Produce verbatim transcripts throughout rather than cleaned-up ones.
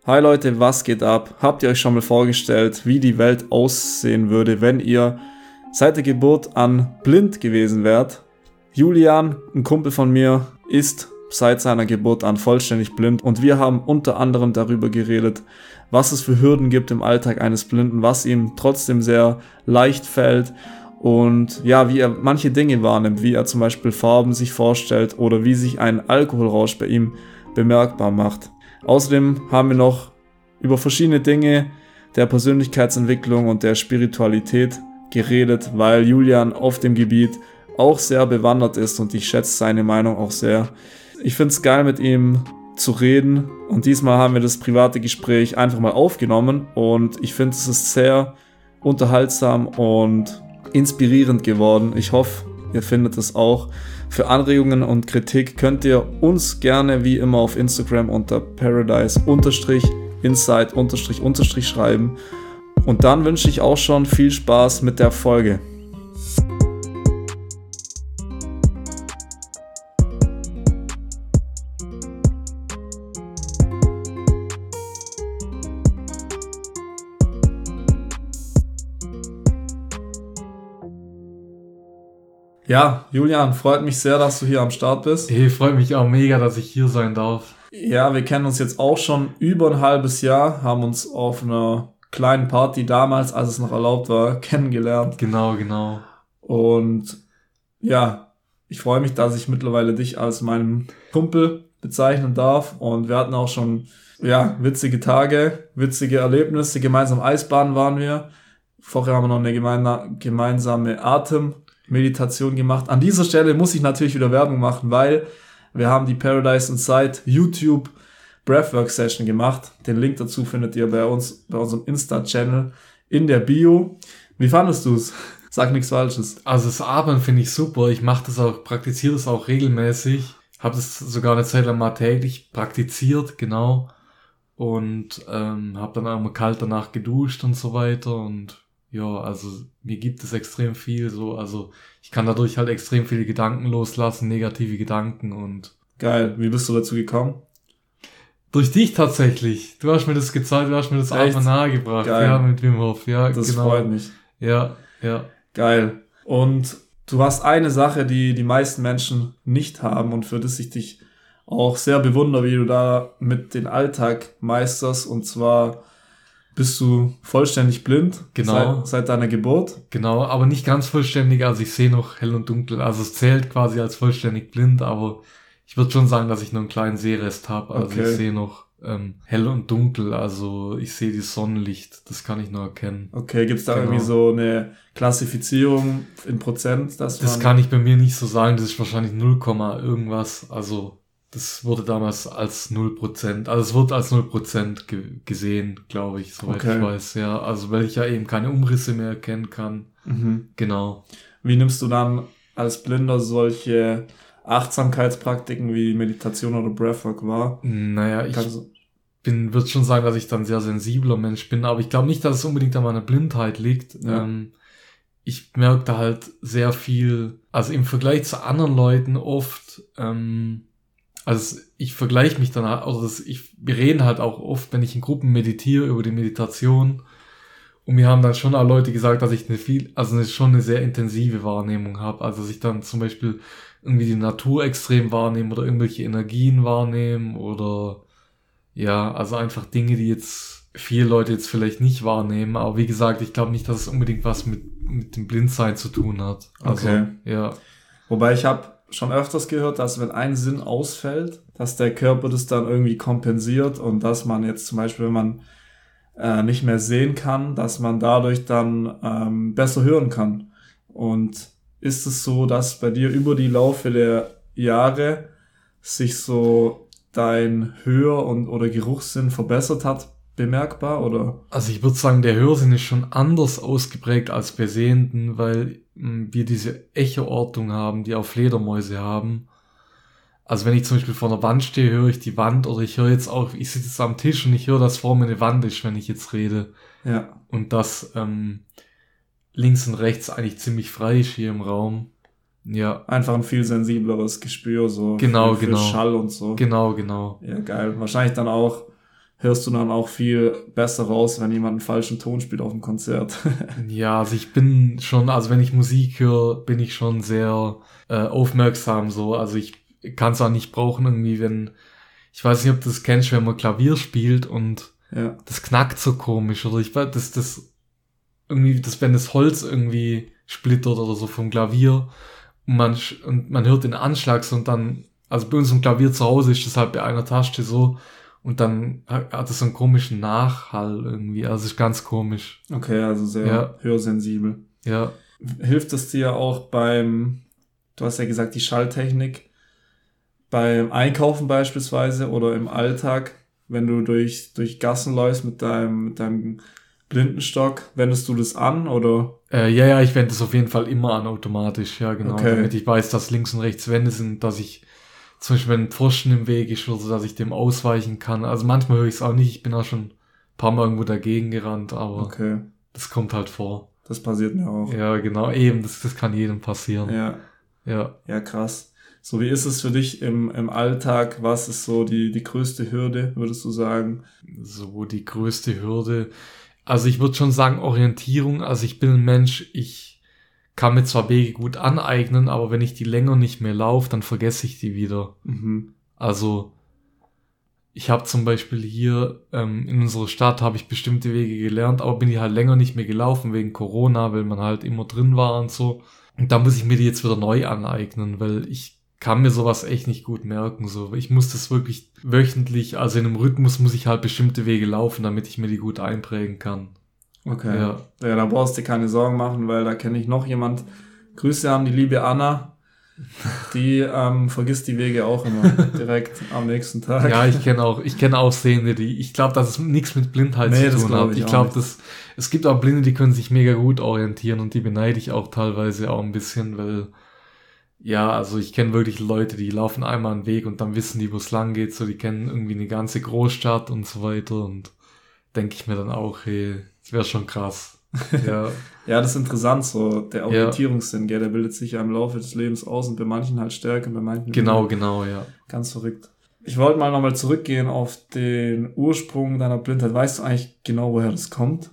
Hi Leute, was geht ab? Habt ihr euch schon mal vorgestellt, wie die Welt aussehen würde, wenn ihr seit der Geburt an blind gewesen wärt? Julian, ein Kumpel von mir, ist seit seiner Geburt an vollständig blind und wir haben unter anderem darüber geredet, was es für Hürden gibt im Alltag eines Blinden, was ihm trotzdem sehr leicht fällt und ja, wie er manche Dinge wahrnimmt, wie er zum Beispiel Farben sich vorstellt oder wie sich ein Alkoholrausch bei ihm bemerkbar macht. Außerdem haben wir noch über verschiedene Dinge der Persönlichkeitsentwicklung und der Spiritualität geredet, weil Julian auf dem Gebiet auch sehr bewandert ist und ich schätze seine Meinung auch sehr. Ich finde es geil, mit ihm zu reden und diesmal haben wir das private Gespräch einfach mal aufgenommen und ich finde, es ist sehr unterhaltsam und inspirierend geworden. Ich hoffe, ihr findet es auch. Für Anregungen und Kritik könnt ihr uns gerne wie immer auf Instagram unter paradise-insight- schreiben. Und dann wünsche ich auch schon viel Spaß mit der Folge. Ja, Julian, freut mich sehr, dass du hier am Start bist. Hey, freut mich auch mega, dass ich hier sein darf. Ja, wir kennen uns jetzt auch schon über ein halbes Jahr, haben uns auf einer kleinen Party damals, als es noch erlaubt war, kennengelernt. Genau, genau. Und ja, ich freue mich, dass ich mittlerweile dich als meinen Kumpel bezeichnen darf. Und wir hatten auch schon, ja, witzige Tage, witzige Erlebnisse. Gemeinsam Eisbaden waren wir. Vorher haben wir noch eine gemeine, gemeinsame Atem- Meditation gemacht. An dieser Stelle muss ich natürlich wieder Werbung machen, weil wir haben die Paradise Insight YouTube Breathwork Session gemacht. Den Link dazu findet ihr bei uns, bei unserem Insta-Channel in der Bio. Wie fandest du es? Sag nichts Falsches. Also das Atmen finde ich super. Ich mache das auch, praktiziere das auch regelmäßig. Habe das sogar eine Zeit lang mal täglich praktiziert, genau. Und ähm, habe dann auch mal kalt danach geduscht und so weiter und ja, also mir gibt es extrem viel so, also ich kann dadurch halt extrem viele Gedanken loslassen, negative Gedanken und... Geil, wie bist du dazu gekommen? Durch dich tatsächlich. Du hast mir das gezeigt, du hast mir das Atmen nahegebracht. Geil. Ja, mit Wim Hof, ja, das genau. freut mich. Ja, ja. Geil. Und du hast eine Sache, die die meisten Menschen nicht haben und für das ich dich auch sehr bewundere, wie du da mit den Alltag meisterst, und zwar... Bist du vollständig blind? Genau. Seit, seit deiner Geburt? Genau, aber nicht ganz vollständig. Also ich sehe noch hell und dunkel. Also es zählt quasi als vollständig blind, aber ich würde schon sagen, dass ich noch einen kleinen Sehrest habe. Also okay. Ich sehe noch ähm, hell und dunkel. Also ich sehe die Sonnenlicht. Das kann ich noch erkennen. Okay, gibt's da genau. irgendwie so eine Klassifizierung in Prozent? Dass das kann ich bei mir nicht so sagen. Das ist wahrscheinlich null, irgendwas. Also das wurde damals als null Prozent, also es wird als null Prozent ge- gesehen, glaube ich, soweit okay. ich weiß, ja. Also weil ich ja eben keine Umrisse mehr erkennen kann. Mhm. Genau. Wie nimmst du dann als Blinder solche Achtsamkeitspraktiken wie Meditation oder Breathwork wahr? Naja, ich bin, würde schon sagen, dass ich dann sehr sensibler Mensch bin, aber ich glaube nicht, dass es unbedingt an meiner Blindheit liegt. Ja. Ähm, ich merke da halt sehr viel, also im Vergleich zu anderen Leuten oft, ähm, also ich vergleiche mich dann, also das, ich, wir reden halt auch oft, wenn ich in Gruppen meditiere, über die Meditation. Und mir haben dann schon auch Leute gesagt, dass ich eine viel, also eine, schon eine sehr intensive Wahrnehmung habe. Also dass ich dann zum Beispiel irgendwie die Natur extrem wahrnehme oder irgendwelche Energien wahrnehme oder ja, also einfach Dinge, die jetzt viele Leute jetzt vielleicht nicht wahrnehmen. Aber wie gesagt, ich glaube nicht, dass es unbedingt was mit, mit dem Blindsein zu tun hat. Also, okay. Ja. Wobei ich habe schon öfters gehört, dass wenn ein Sinn ausfällt, dass der Körper das dann irgendwie kompensiert und dass man jetzt zum Beispiel, wenn man äh, nicht mehr sehen kann, dass man dadurch dann ähm, besser hören kann. Und ist es so, dass bei dir über die Laufe der Jahre sich so dein Hör- und oder Geruchssinn verbessert hat, bemerkbar, oder? Also ich würde sagen, der Hörsinn ist schon anders ausgeprägt als bei Sehenden, weil mh, wir diese Echoortung haben, die auch Fledermäuse haben. Also wenn ich zum Beispiel vor einer Wand stehe, höre ich die Wand, oder ich höre jetzt auch, ich sitze jetzt am Tisch und ich höre, dass vor mir eine Wand ist, wenn ich jetzt rede. Ja. Und dass ähm, links und rechts eigentlich ziemlich frei ist hier im Raum. Ja. Einfach ein viel sensibleres Gespür, so genau, für, für genau. Schall und so. Genau, genau. Ja, geil. Wahrscheinlich dann auch hörst du dann auch viel besser raus, wenn jemand einen falschen Ton spielt auf dem Konzert. Ja, also ich bin schon, also wenn ich Musik höre, bin ich schon sehr äh, aufmerksam so. Also ich kann es auch nicht brauchen irgendwie, wenn, ich weiß nicht, ob du das kennst, wenn man Klavier spielt und ja. das knackt so komisch oder ich weiß, das, das irgendwie, das, wenn das Holz irgendwie splittert oder so vom Klavier und man, und man hört den Anschlag so und dann, also bei uns im Klavier zu Hause ist das halt bei einer Taste so und dann hat es so einen komischen Nachhall irgendwie, also ist ganz komisch. Okay, also sehr ja. hörsensibel. Ja. Hilft es dir auch beim, du hast ja gesagt, die Schalltechnik, beim Einkaufen beispielsweise oder im Alltag, wenn du durch, durch Gassen läufst mit deinem, mit deinem Blindenstock, wendest du das an oder? Äh, ja, ja, ich wende das auf jeden Fall immer an automatisch, ja genau, okay. damit ich weiß, dass links und rechts Wände sind, dass ich zum Beispiel, wenn ein Pfosten im Weg ist oder so, dass ich dem ausweichen kann. Also manchmal höre ich es auch nicht, ich bin auch schon ein paar Mal irgendwo dagegen gerannt, aber okay. das kommt halt vor. Das passiert mir auch. Ja, genau, eben, das, das kann jedem passieren. Ja. Ja. Ja, krass. So, wie ist es für dich im, im Alltag? Was ist so die, die größte Hürde, würdest du sagen? So, die größte Hürde. Also ich würde schon sagen Orientierung. Also ich bin ein Mensch, ich kann mir zwar Wege gut aneignen, aber wenn ich die länger nicht mehr laufe, dann vergesse ich die wieder. Mhm. Also ich habe zum Beispiel hier ähm, in unserer Stadt habe ich bestimmte Wege gelernt, aber bin die halt länger nicht mehr gelaufen wegen Corona, weil man halt immer drin war und so. Und da muss ich mir die jetzt wieder neu aneignen, weil ich kann mir sowas echt nicht gut merken. So, ich muss das wirklich wöchentlich, also in einem Rhythmus muss ich halt bestimmte Wege laufen, damit ich mir die gut einprägen kann. Okay. Ja, ja da brauchst du dir keine Sorgen machen, weil da kenne ich noch jemand. Grüße an die liebe Anna. Die ähm, vergisst die Wege auch immer direkt am nächsten Tag. Ja, ich kenne auch, ich kenne auch Sehende, die, ich glaube, dass es nichts mit Blindheit nee, zu tun glaub hat. Ich, ich glaube, dass es gibt auch Blinde, die können sich mega gut orientieren und die beneide ich auch teilweise auch ein bisschen, weil ja, also ich kenne wirklich Leute, die laufen einmal einen Weg und dann wissen die, wo es lang geht, so die kennen irgendwie eine ganze Großstadt und so weiter und denke ich mir dann auch, hey, das wäre schon krass. Ja. Ja, das ist interessant, so der Orientierungssinn, ja. Gell, der bildet sich ja im Laufe des Lebens aus und bei manchen halt stärker, bei manchen genau, genau, ja. Ganz verrückt. Ich wollte mal nochmal zurückgehen auf den Ursprung deiner Blindheit. Weißt du eigentlich genau, woher das kommt?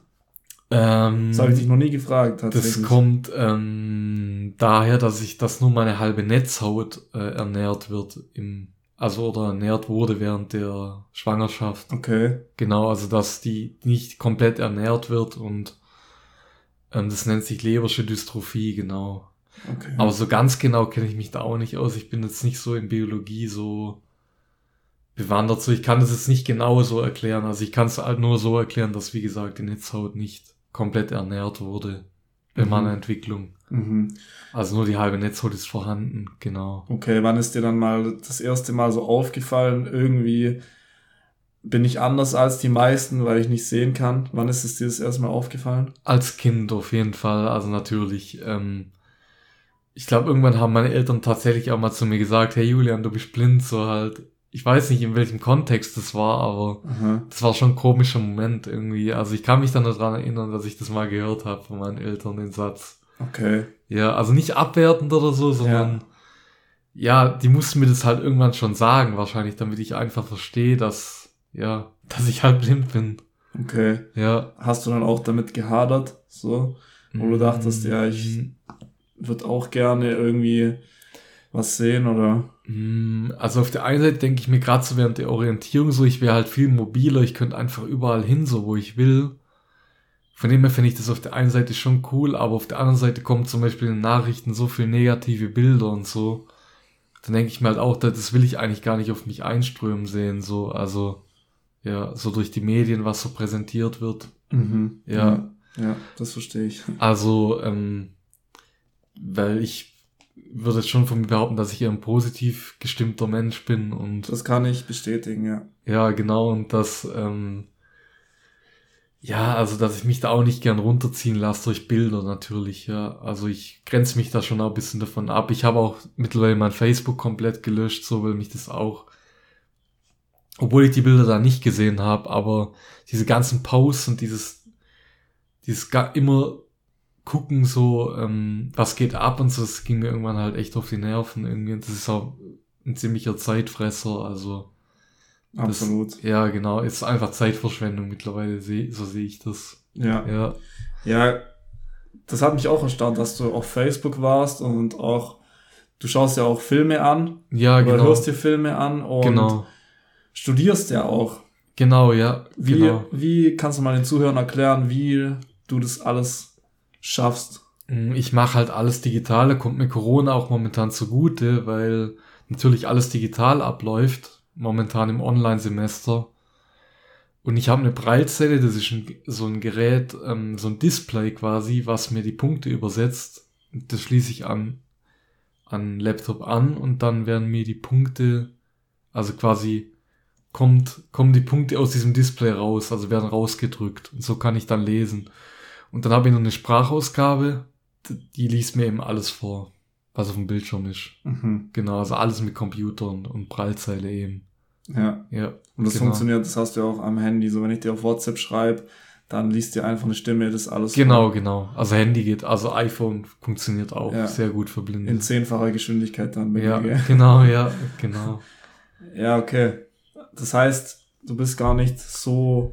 Ähm, das habe ich dich noch nie gefragt. Das kommt ähm, daher, dass ich, dass nur meine halbe Netzhaut äh, ernährt wird im Also oder ernährt wurde während der Schwangerschaft. Okay. Genau, also dass die nicht komplett ernährt wird und ähm, das nennt sich Lebersche Dystrophie, genau. Okay. Aber so ganz genau kenne ich mich da auch nicht aus. Ich bin jetzt nicht so in Biologie so bewandert. So, ich kann das jetzt nicht genau so erklären. Also ich kann es halt nur so erklären, dass, wie gesagt, die Netzhaut nicht komplett ernährt wurde bei Mhm. meiner Entwicklung. Mhm. Also nur die halbe Netzhaut ist vorhanden, genau. Okay, wann ist dir dann mal das erste Mal so aufgefallen, irgendwie bin ich anders als die meisten, weil ich nicht sehen kann? Wann ist es dir das erste Mal aufgefallen? Als Kind auf jeden Fall, also natürlich. Ähm, ich glaube, irgendwann haben meine Eltern tatsächlich auch mal zu mir gesagt, hey Julian, du bist blind, so halt. Ich weiß nicht, in welchem Kontext das war, aber Aha. das war schon ein komischer Moment irgendwie. Also ich kann mich dann daran erinnern, dass ich das mal gehört habe von meinen Eltern, den Satz. Okay. Ja, also nicht abwertend oder so, sondern ja, ja die mussten mir das halt irgendwann schon sagen, wahrscheinlich, damit ich einfach verstehe, dass, ja, dass ich halt blind bin. Okay. Ja. Hast du dann auch damit gehadert, so? Wo du dachtest, ja, ich würde auch gerne irgendwie was sehen, oder? Also auf der einen Seite denke ich mir gerade so während der Orientierung so, ich wäre halt viel mobiler, ich könnte einfach überall hin, so wo ich will. Von dem her finde ich das auf der einen Seite schon cool, aber auf der anderen Seite kommen zum Beispiel in den Nachrichten so viele negative Bilder und so. Dann denke ich mir halt auch, das will ich eigentlich gar nicht auf mich einströmen sehen, so, also, ja, so durch die Medien, was so präsentiert wird. Mhm. Ja. Ja, das verstehe ich. Also, ähm, weil ich würde jetzt schon von mir behaupten, dass ich eher ein positiv gestimmter Mensch bin und das kann ich bestätigen, ja. Ja, genau, und das, ähm, ja, also, dass ich mich da auch nicht gern runterziehen lasse durch Bilder natürlich, ja. Also, ich grenze mich da schon auch ein bisschen davon ab. Ich habe auch mittlerweile mein Facebook komplett gelöscht, so, weil mich das auch, obwohl ich die Bilder da nicht gesehen habe, aber diese ganzen Posts und dieses, dieses ga- immer gucken so, ähm, was geht ab und so, das ging mir irgendwann halt echt auf die Nerven irgendwie. Das ist auch ein ziemlicher Zeitfresser, also Absolut. Das, ja, genau. Ist einfach Zeitverschwendung mittlerweile, so sehe ich das. Ja. Ja. Ja, das hat mich auch erstaunt, dass du auf Facebook warst und auch, du schaust ja auch Filme an. Ja, oder genau. hörst dir Filme an und genau. studierst ja auch. Genau, ja. Wie, genau. wie kannst du mal den Zuhörern erklären, wie du das alles schaffst? Ich mache halt alles digital, da kommt mir Corona auch momentan zugute, weil natürlich alles digital abläuft, momentan im Online-Semester. Und ich habe eine Braillezelle, das ist ein, so ein Gerät, ähm, so ein Display quasi, was mir die Punkte übersetzt. Das schließe ich an, an Laptop an und dann werden mir die Punkte, also quasi kommt, kommen die Punkte aus diesem Display raus, also werden rausgedrückt. Und so kann ich dann lesen. Und dann habe ich noch eine Sprachausgabe, die liest mir eben alles vor, was auf dem Bildschirm ist. Mhm. Genau, also alles mit Computer und, und Braillezeile eben. Ja. Ja. Und das genau. funktioniert, das hast du ja auch am Handy. So, wenn ich dir auf WhatsApp schreibe, dann liest dir einfach eine Stimme, das alles. Genau, vor. genau. Also Handy geht, also iPhone funktioniert auch ja. sehr gut für Blinde. In zehnfacher Geschwindigkeit dann. Ja, mir, genau, ja, genau. Ja, okay. Das heißt, du bist gar nicht so,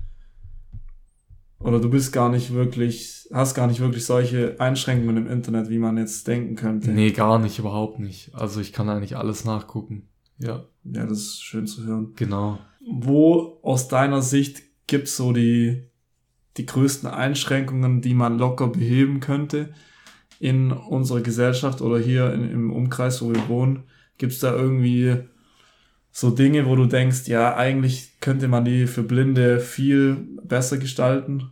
oder du bist gar nicht wirklich, hast gar nicht wirklich solche Einschränkungen im Internet, wie man jetzt denken könnte. Nee, gar nicht, überhaupt nicht. Also ich kann eigentlich alles nachgucken. Ja. Ja, das ist schön zu hören. Genau. Wo aus deiner Sicht gibt's so die, die größten Einschränkungen, die man locker beheben könnte in unserer Gesellschaft oder hier in, im Umkreis, wo wir wohnen? Gibt's da irgendwie so Dinge, wo du denkst, ja, eigentlich könnte man die für Blinde viel besser gestalten?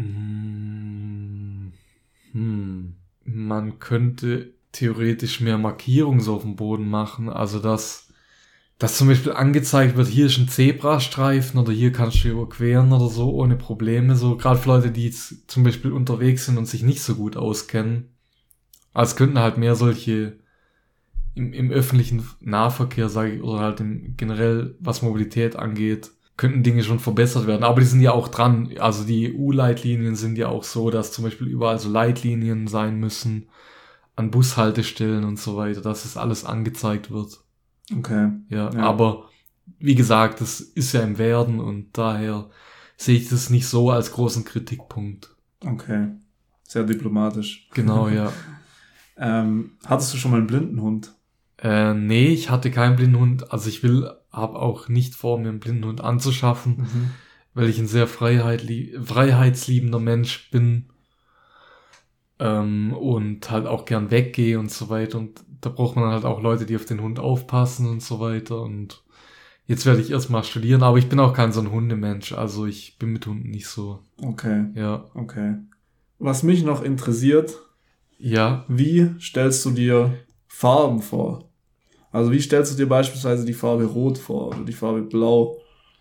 Hm. Hm. Man könnte theoretisch mehr Markierungen so auf dem Boden machen, also dass dass zum Beispiel angezeigt wird, hier ist ein Zebrastreifen oder hier kannst du überqueren oder so ohne Probleme, so gerade für Leute, die jetzt zum Beispiel unterwegs sind und sich nicht so gut auskennen. Also es könnten halt mehr solche im, im öffentlichen Nahverkehr, sage ich, oder halt im, generell, was Mobilität angeht, könnten Dinge schon verbessert werden. Aber die sind ja auch dran. Also die E U-Leitlinien sind ja auch so, dass zum Beispiel überall so Leitlinien sein müssen an Bushaltestellen und so weiter, dass es alles angezeigt wird. Okay. Ja, Ja. aber wie gesagt, das ist ja im Werden und daher sehe ich das nicht so als großen Kritikpunkt. Okay. Sehr diplomatisch. Genau, ja. Ähm, hattest du schon mal einen Blindenhund? Äh, nee, ich hatte keinen Blindenhund. Also ich will, habe auch nicht vor, mir einen Blindenhund anzuschaffen, Mhm. weil ich ein sehr freiheitli- freiheitsliebender Mensch bin ähm, und halt auch gern weggehe und so weiter. Und da braucht man halt auch Leute, die auf den Hund aufpassen und so weiter. Und jetzt werde ich erstmal studieren, aber ich bin auch kein so ein Hundemensch. Also ich bin mit Hunden nicht so. Okay, Ja, okay. Was mich noch interessiert, ja. wie stellst du dir Farben vor? Also wie stellst du dir beispielsweise die Farbe Rot vor oder die Farbe Blau?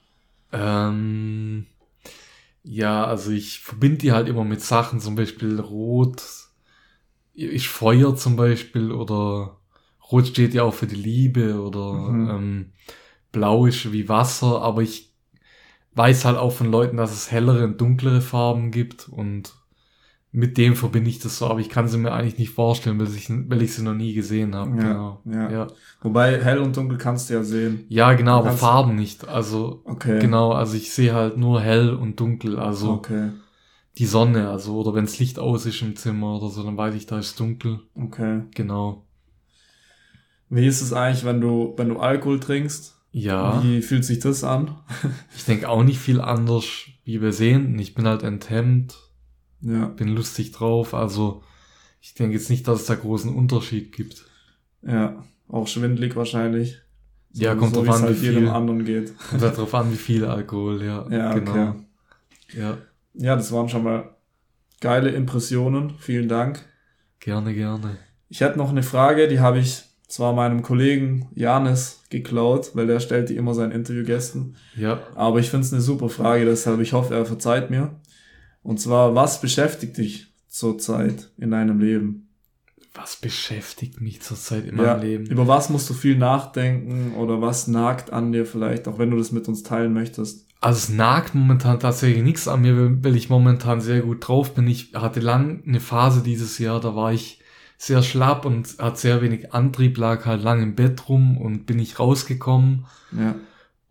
Ähm, ja, also ich verbinde die halt immer mit Sachen, zum Beispiel Rot ist Feuer zum Beispiel oder Rot steht ja auch für die Liebe oder Mhm. ähm, Blau ist wie Wasser, aber ich weiß halt auch von Leuten, dass es hellere und dunklere Farben gibt und mit dem verbinde ich das so, aber ich kann sie mir eigentlich nicht vorstellen, weil ich, weil ich sie noch nie gesehen habe. Ja, Genau. ja. Ja. Wobei hell und dunkel kannst du ja sehen. ja, genau, Du aber kannst- Farben nicht. Also Okay. genau, also ich sehe halt nur hell und dunkel, also Okay, die Sonne, also oder wenn das Licht aus ist im Zimmer oder so, dann weiß ich, da ist dunkel. okay. Genau. Wie ist es eigentlich, wenn du, wenn du Alkohol trinkst? Ja, Wie fühlt sich das an? ich denke auch nicht viel anders wie wir sehen. Ich bin halt enthemmt, Ja, bin lustig drauf, also ich denke jetzt nicht, dass es da großen Unterschied gibt. ja. Auch schwindelig wahrscheinlich. Ja, So- kommt so, drauf wie es an, halt wie jedem viel. anderen geht. Kommt halt drauf an, wie viel Alkohol, ja. Ja, genau. okay. Ja, Ja, das waren schon mal geile Impressionen. Vielen Dank. gerne, gerne. Ich hätte noch eine Frage, die habe ich zwar meinem Kollegen Janis geklaut, weil der stellt die immer seinen Interviewgästen. Ja, Aber ich finde es eine super Frage, deshalb ich hoffe, er verzeiht mir. Und zwar, was beschäftigt dich zurzeit in deinem Leben? was beschäftigt mich zurzeit in Ja, meinem Leben? über was musst du viel nachdenken oder was nagt an dir vielleicht, auch wenn du das mit uns teilen möchtest? Also es nagt momentan tatsächlich nichts an mir, weil ich momentan sehr gut drauf bin. Ich hatte lang eine Phase dieses Jahr, da war ich sehr schlapp und hatte sehr wenig Antrieb, lag halt lang im Bett rum und bin nicht rausgekommen. Ja,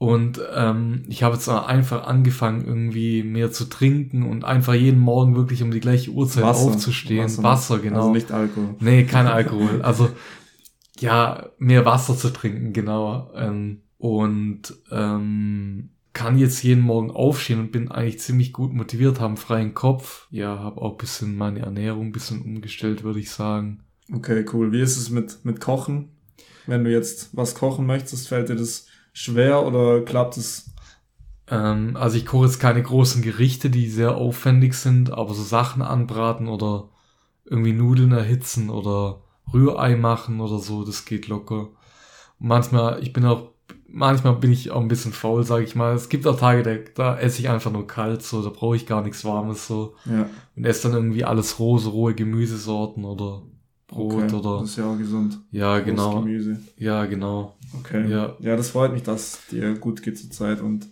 Und ähm, ich habe jetzt einfach angefangen, irgendwie mehr zu trinken und einfach jeden Morgen wirklich um die gleiche Uhrzeit Wasser. aufzustehen. Wasser, Wasser, genau. Also nicht Alkohol. Nee, kein Alkohol. Also ja, mehr Wasser zu trinken, genau. Ähm, und ähm, kann jetzt jeden Morgen aufstehen und bin eigentlich ziemlich gut motiviert, habe einen freien Kopf. Ja, habe auch ein bisschen meine Ernährung ein bisschen umgestellt, würde ich sagen. Okay, cool. Wie ist es mit, mit Kochen? Wenn du jetzt was kochen möchtest, fällt dir das schwer oder klappt es? Ähm, also ich koche jetzt keine großen Gerichte, die sehr aufwendig sind, aber so Sachen anbraten oder irgendwie Nudeln erhitzen oder Rührei machen oder so, das geht locker. Und manchmal, ich bin auch, manchmal bin ich auch ein bisschen faul, sage ich mal. Es gibt auch Tage, da, da esse ich einfach nur kalt, so, da brauche ich gar nichts Warmes, so. Ja. Und esse dann irgendwie alles roh, so rohe Gemüsesorten oder Brot Okay, oder. das ist ja auch gesund. Ja, Rohes genau. Gemüse. Ja, genau. Okay. Ja. Ja, das freut mich, dass dir gut geht zur Zeit und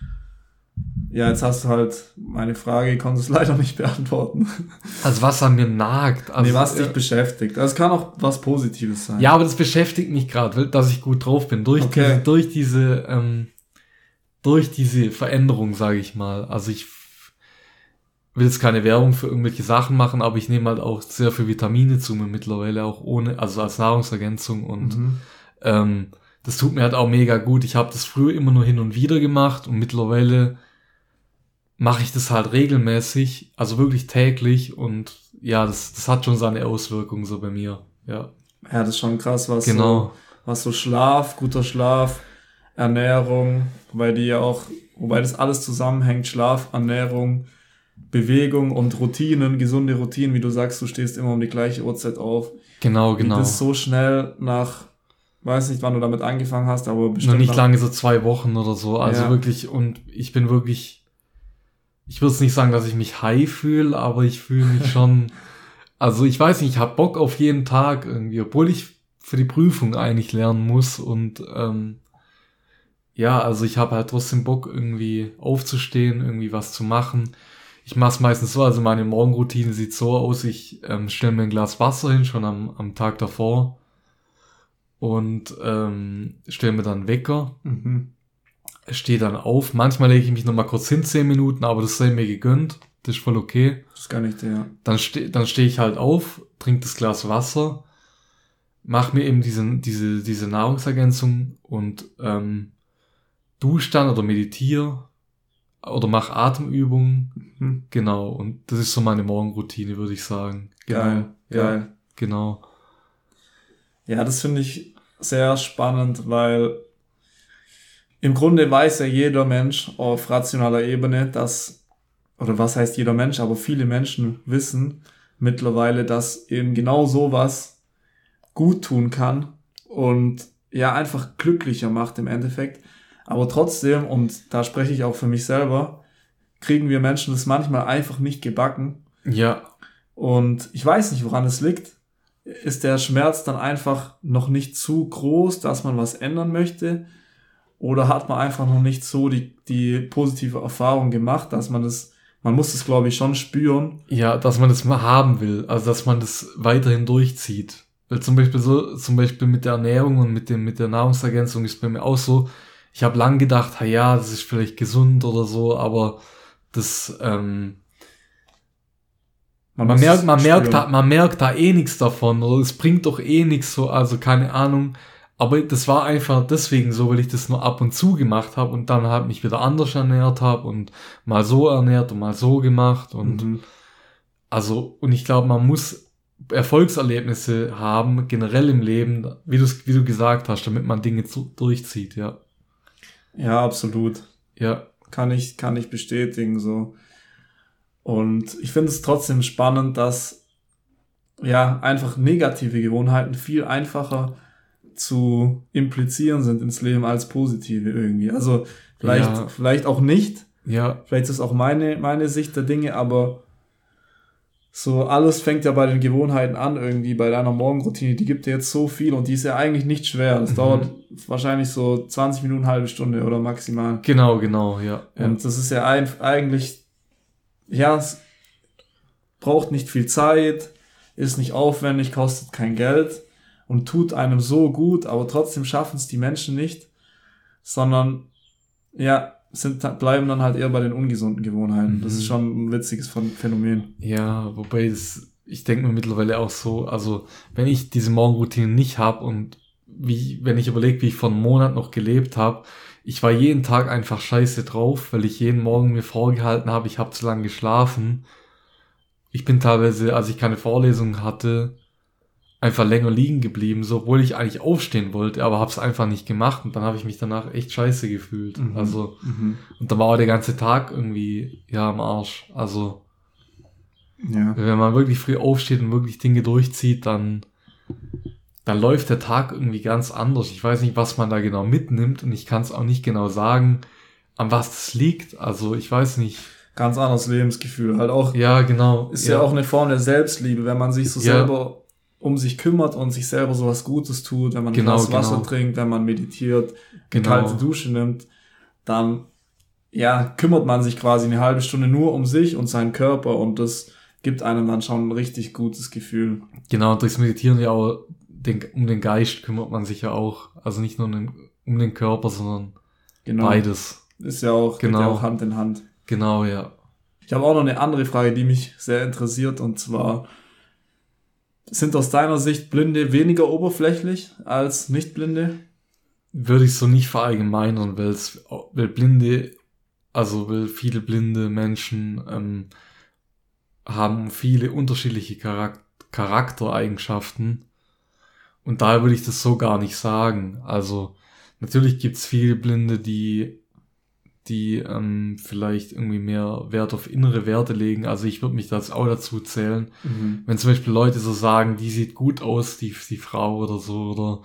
ja, jetzt hast du halt meine Frage, konntest leider nicht beantworten. Also was an mir nagt. Also, nee, was dich äh, beschäftigt. Das kann auch was Positives sein. Ja, aber das beschäftigt mich gerade, dass ich gut drauf bin. Durch Okay. diese, durch diese, ähm, durch diese Veränderung, sage ich mal. Also ich will jetzt keine Werbung für irgendwelche Sachen machen, aber ich nehme halt auch sehr viel Vitamine zu mir mittlerweile, auch ohne, also als Nahrungsergänzung und Mhm. ähm, das tut mir halt auch mega gut. Ich habe das früher immer nur hin und wieder gemacht und mittlerweile mache ich das halt regelmäßig, also wirklich täglich und ja, das, das hat schon seine Auswirkungen so bei mir, ja. Ja, das ist schon krass, was Genau. so, was so Schlaf, guter Schlaf, Ernährung, wobei die ja auch, wobei das alles zusammenhängt, Schlaf, Ernährung, Bewegung und Routinen, gesunde Routinen, wie du sagst, du stehst immer um die gleiche Uhrzeit auf. Genau, genau. Wie das so schnell nach, weiß nicht, wann du damit angefangen hast, aber bestimmt. Noch nicht nach, lange, so zwei Wochen oder so, also Ja. wirklich, und ich bin wirklich, ich würde es nicht sagen, dass ich mich high fühle, aber ich fühle mich schon, also ich weiß nicht, ich habe Bock auf jeden Tag irgendwie, obwohl ich für die Prüfung eigentlich lernen muss und ähm, ja, also ich habe halt trotzdem Bock irgendwie aufzustehen, irgendwie was zu machen. Ich mache es meistens so, also meine Morgenroutine sieht so aus, ich ähm, stelle mir ein Glas Wasser hin, schon am, am Tag davor und ähm, stelle mir dann einen Wecker, Mhm. stehe dann auf. Manchmal lege ich mich nochmal kurz hin, zehn Minuten, aber das sei mir gegönnt, das ist voll okay. Das kann ich dir, ja. Dann stehe dann steh ich halt auf, trinke das Glas Wasser, mache mir eben diese, diese, diese Nahrungsergänzung und ähm, dusche dann oder meditiere oder mache Atemübungen. Mhm. Genau, und das ist so meine Morgenroutine, würde ich sagen. Genau. Geil, Ja, geil. genau. Ja, das finde ich sehr spannend, weil im Grunde weiß ja jeder Mensch auf rationaler Ebene, dass, oder was heißt jeder Mensch, aber viele Menschen wissen mittlerweile, dass eben genau sowas gut tun kann und ja einfach glücklicher macht im Endeffekt. Aber trotzdem, und da spreche ich auch für mich selber, kriegen wir Menschen das manchmal einfach nicht gebacken. Ja, Und ich weiß nicht, woran es liegt. Ist der Schmerz dann einfach noch nicht zu groß, dass man was ändern möchte? Oder hat man einfach noch nicht so die, die positive Erfahrung gemacht, dass man das, man muss das glaube ich schon spüren. ja, dass man das mal haben will, also dass man das weiterhin durchzieht. Weil zum Beispiel so, zum Beispiel mit der Ernährung und mit dem, mit der Nahrungsergänzung ist bei mir auch so, ich habe lang gedacht, ha ja, das ist vielleicht gesund oder so, aber das, ähm, man muss merkt, es man merkt, spüren. da, man merkt da eh nichts davon, oder es bringt doch eh nichts so, also keine Ahnung. Aber das war einfach deswegen so, weil ich das nur ab und zu gemacht habe und dann halt mich wieder anders ernährt habe und mal so ernährt und mal so gemacht und Mhm. also, und ich glaube, man muss Erfolgserlebnisse haben, generell im Leben, wie du wie du gesagt hast, damit man Dinge zu, durchzieht, ja. Ja, absolut. Ja, Kann ich, kann ich bestätigen, so. Und ich finde es trotzdem spannend, dass, ja, einfach negative Gewohnheiten viel einfacher zu implizieren sind ins Leben als positive irgendwie. Also, vielleicht, Ja. vielleicht auch nicht. ja, Vielleicht ist es auch meine, meine Sicht der Dinge, aber so alles fängt ja bei den Gewohnheiten an irgendwie, bei deiner Morgenroutine. Die gibt dir jetzt so viel und die ist ja eigentlich nicht schwer. Das Mhm. dauert wahrscheinlich so zwanzig Minuten, halbe Stunde oder maximal. genau, genau, ja. ja. Und das ist ja ein, eigentlich, ja, es braucht nicht viel Zeit, ist nicht aufwendig, kostet kein Geld und tut einem so gut, aber trotzdem schaffen es die Menschen nicht, sondern ja, sind, bleiben dann halt eher bei den ungesunden Gewohnheiten. Mhm. Das ist schon ein witziges Phänomen. Ja, wobei das, ich denke mir mittlerweile auch so, also wenn ich diese Morgenroutine nicht habe und wie, wenn ich überlege, wie ich vor einem Monat noch gelebt habe, ich war jeden Tag einfach scheiße drauf, weil ich jeden Morgen mir vorgehalten habe, ich habe zu lange geschlafen. Ich bin teilweise, als ich keine Vorlesung hatte, einfach länger liegen geblieben, so, obwohl ich eigentlich aufstehen wollte, aber habe es einfach nicht gemacht und dann habe ich mich danach echt scheiße gefühlt. Mhm. Also mhm. Und dann war auch der ganze Tag irgendwie ja am Arsch. Also ja. Wenn man wirklich früh aufsteht und wirklich Dinge durchzieht, dann dann läuft der Tag irgendwie ganz anders. Ich weiß nicht, was man da genau mitnimmt und ich kann es auch nicht genau sagen, an was das liegt. Also ich weiß nicht. Ganz anderes Lebensgefühl. Halt auch. Ja, genau. Ist ja, ja auch eine Form der Selbstliebe, wenn man sich so ja. selber um sich kümmert und sich selber so was Gutes tut, wenn man genau, ein Glas Wasser genau. trinkt, wenn man meditiert, genau. eine kalte Dusche nimmt, dann ja kümmert man sich quasi eine halbe Stunde nur um sich und seinen Körper und das gibt einem dann schon ein richtig gutes Gefühl. Genau, und durchs Meditieren ja auch den, um den Geist kümmert man sich ja auch. Also nicht nur um den, um den Körper, sondern genau. beides. Ist ja auch, genau. geht ja auch Hand in Hand. Genau, ja. Ich habe auch noch eine andere Frage, die mich sehr interessiert, und zwar: Sind aus deiner Sicht Blinde weniger oberflächlich als Nichtblinde? Würde ich so nicht verallgemeinern, weil es, weil Blinde, also weil viele blinde Menschen ähm, haben viele unterschiedliche Charak- Charaktereigenschaften und daher würde ich das so gar nicht sagen. Also natürlich gibt's viele Blinde, die die ähm, vielleicht irgendwie mehr Wert auf innere Werte legen. Also ich würde mich das auch dazu zählen. Mhm. Wenn zum Beispiel Leute so sagen, die sieht gut aus, die, die Frau oder so, oder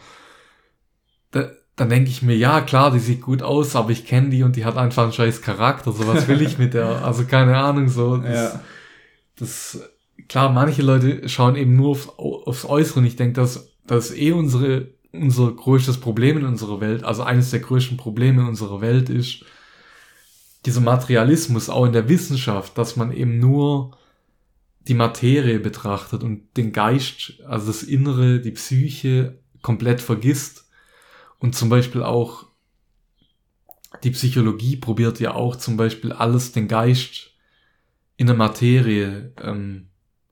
da, dann denke ich mir, ja klar, die sieht gut aus, aber ich kenne die und die hat einfach einen scheiß Charakter. So was will ich mit der? Also keine Ahnung, so. Das, ja. das klar, manche Leute schauen eben nur auf, aufs Äußere und ich denke, dass das ist eh unsere, unser größtes Problem in unserer Welt, also eines der größten Probleme in unserer Welt ist, dieser Materialismus auch in der Wissenschaft, dass man eben nur die Materie betrachtet und den Geist, also das Innere, die Psyche komplett vergisst. Und zum Beispiel auch die Psychologie probiert ja auch zum Beispiel alles, den Geist in der Materie ähm,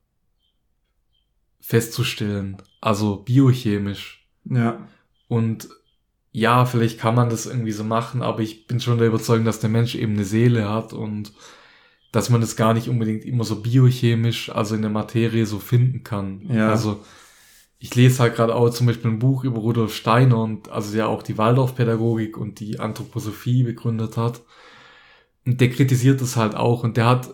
festzustellen, also biochemisch. Ja. Und ja, vielleicht kann man das irgendwie so machen, aber ich bin schon der Überzeugung, dass der Mensch eben eine Seele hat und dass man das gar nicht unbedingt immer so biochemisch, also in der Materie so finden kann. Ja. Also ich lese halt gerade auch zum Beispiel ein Buch über Rudolf Steiner und also der auch die Waldorfpädagogik und die Anthroposophie begründet hat. Und der kritisiert das halt auch und der hat,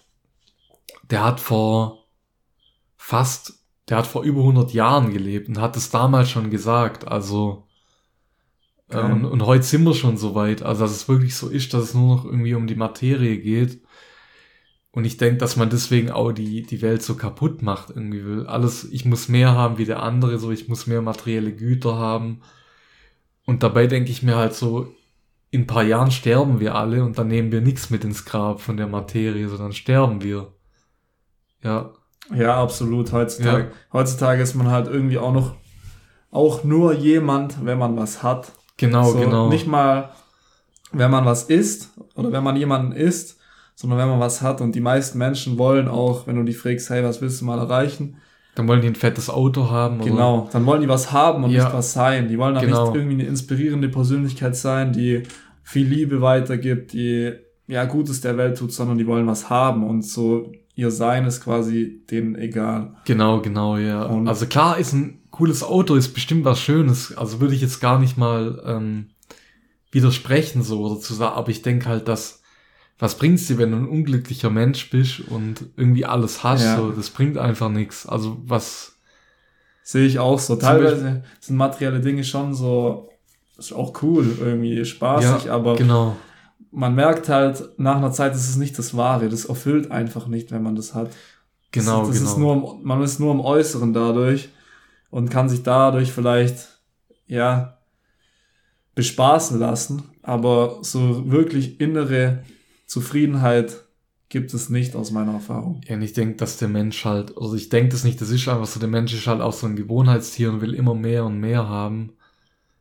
der hat vor fast, der hat vor über hundert Jahren gelebt und hat das damals schon gesagt, also Okay. Und, und heute sind wir schon so weit, also dass es wirklich so ist, dass es nur noch irgendwie um die Materie geht. Und ich denke, dass man deswegen auch die die Welt so kaputt macht irgendwie will. Alles, ich muss mehr haben wie der andere, so ich muss mehr materielle Güter haben. Und dabei denke ich mir halt so, in ein paar Jahren sterben wir alle und dann nehmen wir nichts mit ins Grab von der Materie, sondern sterben wir. Ja. Ja, absolut. Heutzutage, ja. heutzutage ist man halt irgendwie auch noch auch nur jemand, wenn man was hat. Genau, so, genau. Nicht mal, wenn man was isst oder wenn man jemanden isst, sondern wenn man was hat. Und die meisten Menschen wollen auch, wenn du die fragst, hey, was willst du mal erreichen? Dann wollen die ein fettes Auto haben. Oder? Genau, dann wollen die was haben und ja. nicht was sein. Die wollen dann genau. nicht irgendwie eine inspirierende Persönlichkeit sein, die viel Liebe weitergibt, die ja Gutes der Welt tut, sondern die wollen was haben. Und so ihr Sein ist quasi denen egal. Genau, genau, ja. Und also klar ist ein cooles Auto, ist bestimmt was Schönes. Also würde ich jetzt gar nicht mal ähm, widersprechen so oder zu sagen, aber ich denke halt, dass was bringt's dir, wenn du ein unglücklicher Mensch bist und irgendwie alles hast, ja. so, das bringt einfach nichts. Also was sehe ich auch so. Teilweise sind materielle Dinge schon so, ist auch cool, irgendwie spaßig, ja, aber genau. man merkt halt, nach einer Zeit ist es nicht das Wahre. Das erfüllt einfach nicht, wenn man das hat. Genau, das, das genau. Ist nur, man ist nur im Äußeren dadurch und kann sich dadurch vielleicht, ja, bespaßen lassen. Aber so wirklich innere Zufriedenheit gibt es nicht aus meiner Erfahrung. Ja, und ich denke, dass der Mensch halt, also ich denke das nicht, das ist einfach so, der Mensch ist halt auch so ein Gewohnheitstier und will immer mehr und mehr haben.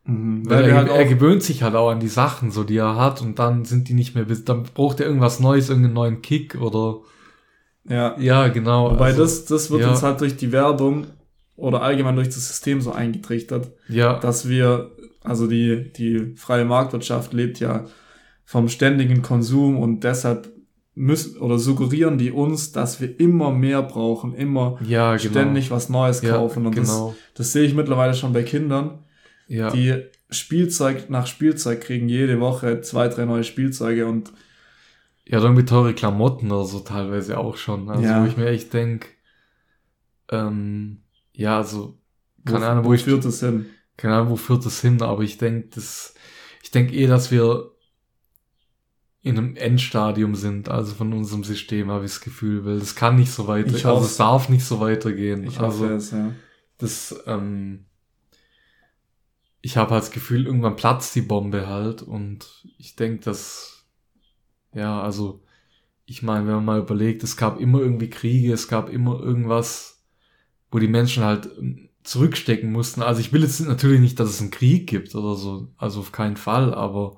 Mhm. Weil, Weil er, halt er gewöhnt sich halt auch an die Sachen, so die er hat, und dann sind die nicht mehr, dann braucht er irgendwas Neues, irgendeinen neuen Kick oder ja, ja genau. Wobei also, das, das wird ja. uns halt durch die Werbung oder allgemein durch das System so eingetrichtert, ja. dass wir, also die, die freie Marktwirtschaft lebt ja vom ständigen Konsum, und deshalb müssen oder suggerieren die uns, dass wir immer mehr brauchen, immer ja, genau. ständig was Neues kaufen. Ja, und genau. das, das sehe ich mittlerweile schon bei Kindern, ja. die Spielzeug nach Spielzeug kriegen, jede Woche zwei, drei neue Spielzeuge, und ja, dann mit teure Klamotten oder so teilweise auch schon. Also ja. wo ich mir echt denke, ähm, ja, also keine wo, Ahnung, wo, wo ich führt das hin? Keine Ahnung, wo führt das hin, aber ich denke, das, ich denke eh, dass wir in einem Endstadium sind, also von unserem System, habe ich das Gefühl, weil das kann nicht so weiter, ich also es darf nicht so weitergehen. Ich also hoffe es, ja. Das, ähm, ich habe halt das Gefühl, irgendwann platzt die Bombe halt, und ich denke, dass, ja, also, ich meine, wenn man mal überlegt, es gab immer irgendwie Kriege, es gab immer irgendwas, wo die Menschen halt zurückstecken mussten. Also ich will jetzt natürlich nicht, dass es einen Krieg gibt oder so, also auf keinen Fall, aber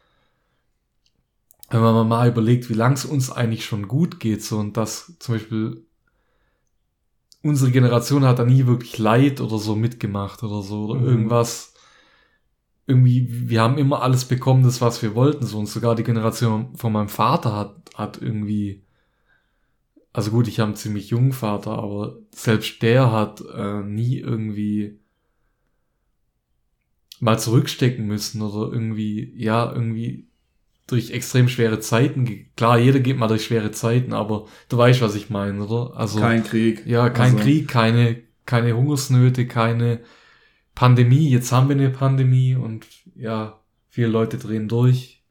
wenn man mal überlegt, wie lang es uns eigentlich schon gut geht, so, und dass zum Beispiel unsere Generation hat da nie wirklich Leid oder so mitgemacht oder so, oder mhm. irgendwas, irgendwie, wir haben immer alles bekommen, das was wir wollten, so, und sogar die Generation von meinem Vater hat, hat irgendwie, also gut, ich habe einen ziemlich jungen Vater, aber selbst der hat äh, nie irgendwie mal zurückstecken müssen oder irgendwie, ja, irgendwie durch extrem schwere Zeiten. Klar, jeder geht mal durch schwere Zeiten, aber du weißt, was ich meine, oder? Also kein Krieg. Ja, kein also. Krieg, keine, keine Hungersnöte, keine Pandemie. Jetzt haben wir eine Pandemie und ja, viele Leute drehen durch.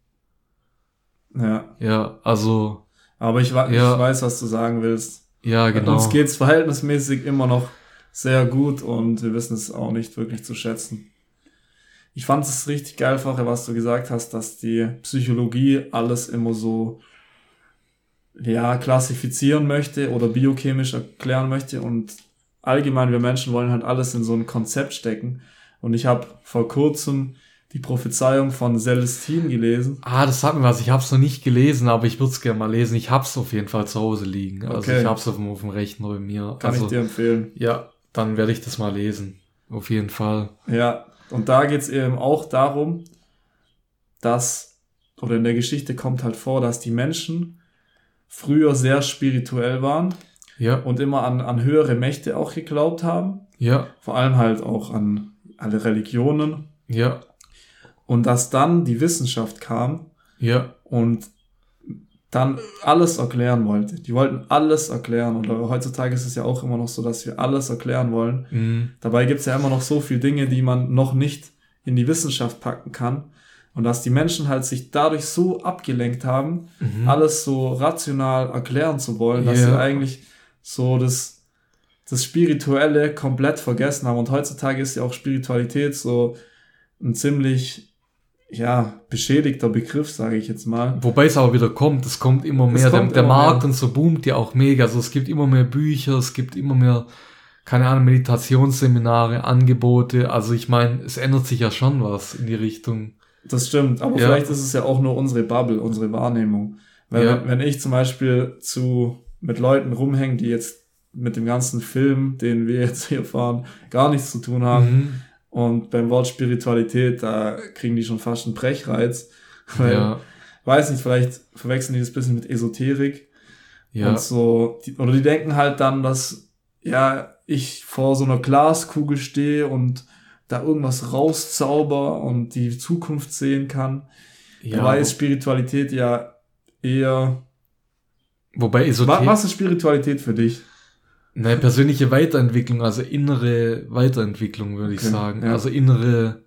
Ja. Ja, also. Aber ich, ja. ich weiß, was du sagen willst. Ja, genau. Uns geht's verhältnismäßig immer noch sehr gut, und wir wissen es auch nicht wirklich zu schätzen. Ich fand es richtig geil, Fache, was du gesagt hast, dass die Psychologie alles immer so, ja, klassifizieren möchte oder biochemisch erklären möchte, und allgemein wir Menschen wollen halt alles in so ein Konzept stecken. Und ich habe vor kurzem die Prophezeiung von Celestine gelesen. Ah, das sagt mir was. Ich habe es noch nicht gelesen, aber ich würde es gerne mal lesen. Ich habe es auf jeden Fall zu Hause liegen. Also okay. Ich habe es auf, auf dem Rechner bei mir. Kann also, ich dir empfehlen. Ja, dann werde ich das mal lesen. Auf jeden Fall. Ja, und da geht's eben auch darum, dass, oder in der Geschichte kommt halt vor, dass die Menschen früher sehr spirituell waren. Ja. Und immer an, an höhere Mächte auch geglaubt haben. Ja. Vor allem halt auch an alle Religionen. Ja. Und dass dann die Wissenschaft kam. Ja. Und dann alles erklären wollte. Die wollten alles erklären. Und heutzutage ist es ja auch immer noch so, dass wir alles erklären wollen. Mhm. Dabei gibt's ja immer noch so viele Dinge, die man noch nicht in die Wissenschaft packen kann. Und dass die Menschen halt sich dadurch so abgelenkt haben, mhm. alles so rational erklären zu wollen, dass ja. sie eigentlich so das, das Spirituelle komplett vergessen haben. Und heutzutage ist ja auch Spiritualität so ein ziemlich, ja, beschädigter Begriff, sage ich jetzt mal. Wobei es aber wieder kommt, es kommt immer mehr, kommt der, der immer Markt mehr. Und so boomt ja auch mega. Also es gibt immer mehr Bücher, es gibt immer mehr, keine Ahnung, Meditationsseminare, Angebote. Also ich meine, es ändert sich ja schon was in die Richtung. Das stimmt, aber ja. vielleicht ist es ja auch nur unsere Bubble, unsere Wahrnehmung. Weil ja. wenn, wenn ich zum Beispiel zu mit Leuten rumhängen, die jetzt mit dem ganzen Film, den wir jetzt hier fahren, gar nichts zu tun haben. Mhm. Und beim Wort Spiritualität, da kriegen die schon fast einen Brechreiz. Weil, ja. weiß nicht, vielleicht verwechseln die das ein bisschen mit Esoterik. Ja. Und so, die, oder die denken halt dann, dass, ja, ich vor so einer Glaskugel stehe und da irgendwas rauszauber und die Zukunft sehen kann. Ja. Dabei ist Spiritualität ja eher... Wobei Esoterik... Was ist Spiritualität für dich? Eine persönliche Weiterentwicklung, also innere Weiterentwicklung, würde okay, ich sagen. Ja. Also innere,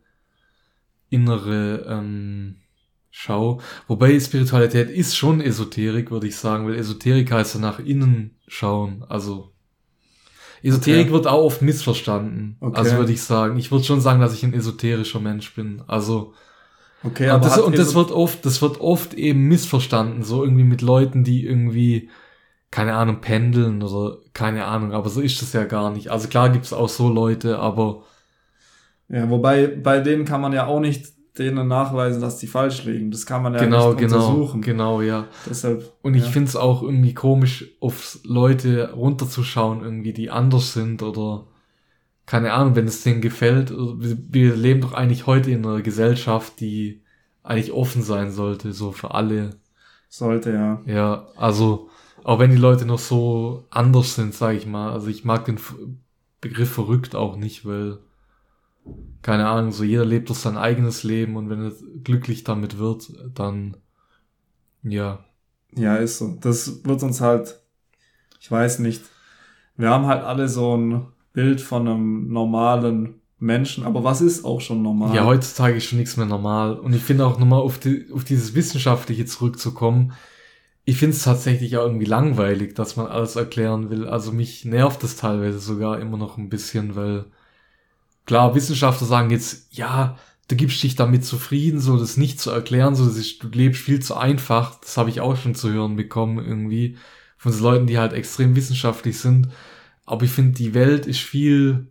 innere ähm, Schau. Wobei Spiritualität ist schon Esoterik, würde ich sagen, weil Esoterik heißt ja nach innen schauen. Also Esoterik okay. wird auch oft missverstanden. Okay. Also würde ich sagen. Ich würde schon sagen, dass ich ein esoterischer Mensch bin. Also okay, aber das, und das Eso- wird oft, das wird oft eben missverstanden, so irgendwie mit Leuten, die irgendwie keine Ahnung, pendeln oder keine Ahnung, aber so ist das ja gar nicht. Also klar gibt's auch so Leute, aber Ja, wobei bei denen kann man ja auch nicht denen nachweisen, dass die falsch liegen. Das kann man ja genau, nicht genau, untersuchen. Genau, ja. Deshalb, und ich ja. finde es auch irgendwie komisch, auf Leute runterzuschauen, irgendwie, die anders sind oder keine Ahnung, wenn es denen gefällt. Wir, wir leben doch eigentlich heute in einer Gesellschaft, die eigentlich offen sein sollte, so für alle. Sollte, ja. Ja, also auch wenn die Leute noch so anders sind, sage ich mal. Also ich mag den F- Begriff verrückt auch nicht, weil keine Ahnung, so jeder lebt doch sein eigenes Leben und wenn er glücklich damit wird, dann ja. Ja, ist so. Das wird uns halt, ich weiß nicht, wir haben halt alle so ein Bild von einem normalen Menschen, aber was ist auch schon normal? Ja, heutzutage ist schon nichts mehr normal. Und ich finde auch nochmal auf, die, auf dieses Wissenschaftliche zurückzukommen, ich finde es tatsächlich auch irgendwie langweilig, dass man alles erklären will. Also mich nervt das teilweise sogar immer noch ein bisschen, weil klar, Wissenschaftler sagen jetzt, ja, du gibst dich damit zufrieden, so das nicht zu erklären, so das ist, du lebst viel zu einfach. Das habe ich auch schon zu hören bekommen irgendwie von so Leuten, die halt extrem wissenschaftlich sind. Aber ich finde, die Welt ist viel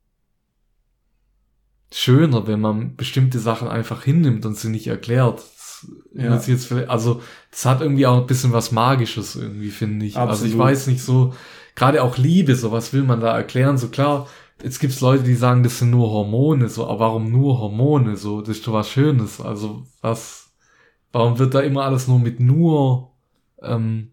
schöner, wenn man bestimmte Sachen einfach hinnimmt und sie nicht erklärt. Das Ja. jetzt vielleicht, also das hat irgendwie auch ein bisschen was Magisches irgendwie, finde ich. Absolut. Also ich weiß nicht so, gerade auch Liebe, so was will man da erklären, so klar. Jetzt gibt's Leute, die sagen, das sind nur Hormone, so, aber warum nur Hormone, so, das ist doch was Schönes, also, was, warum wird da immer alles nur mit nur, ähm,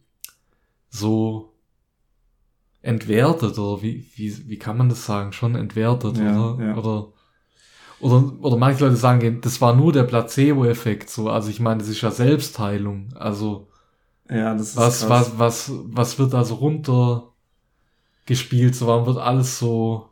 so entwertet, oder wie, wie, wie kann man das sagen, schon entwertet, Ja, oder, ja. oder, oder, oder manche Leute sagen, das war nur der Placebo-Effekt, so, also ich meine, das ist ja Selbstheilung, also, Ja, das ist was, krass. was, was, was wird da so runtergespielt, so, warum wird alles so,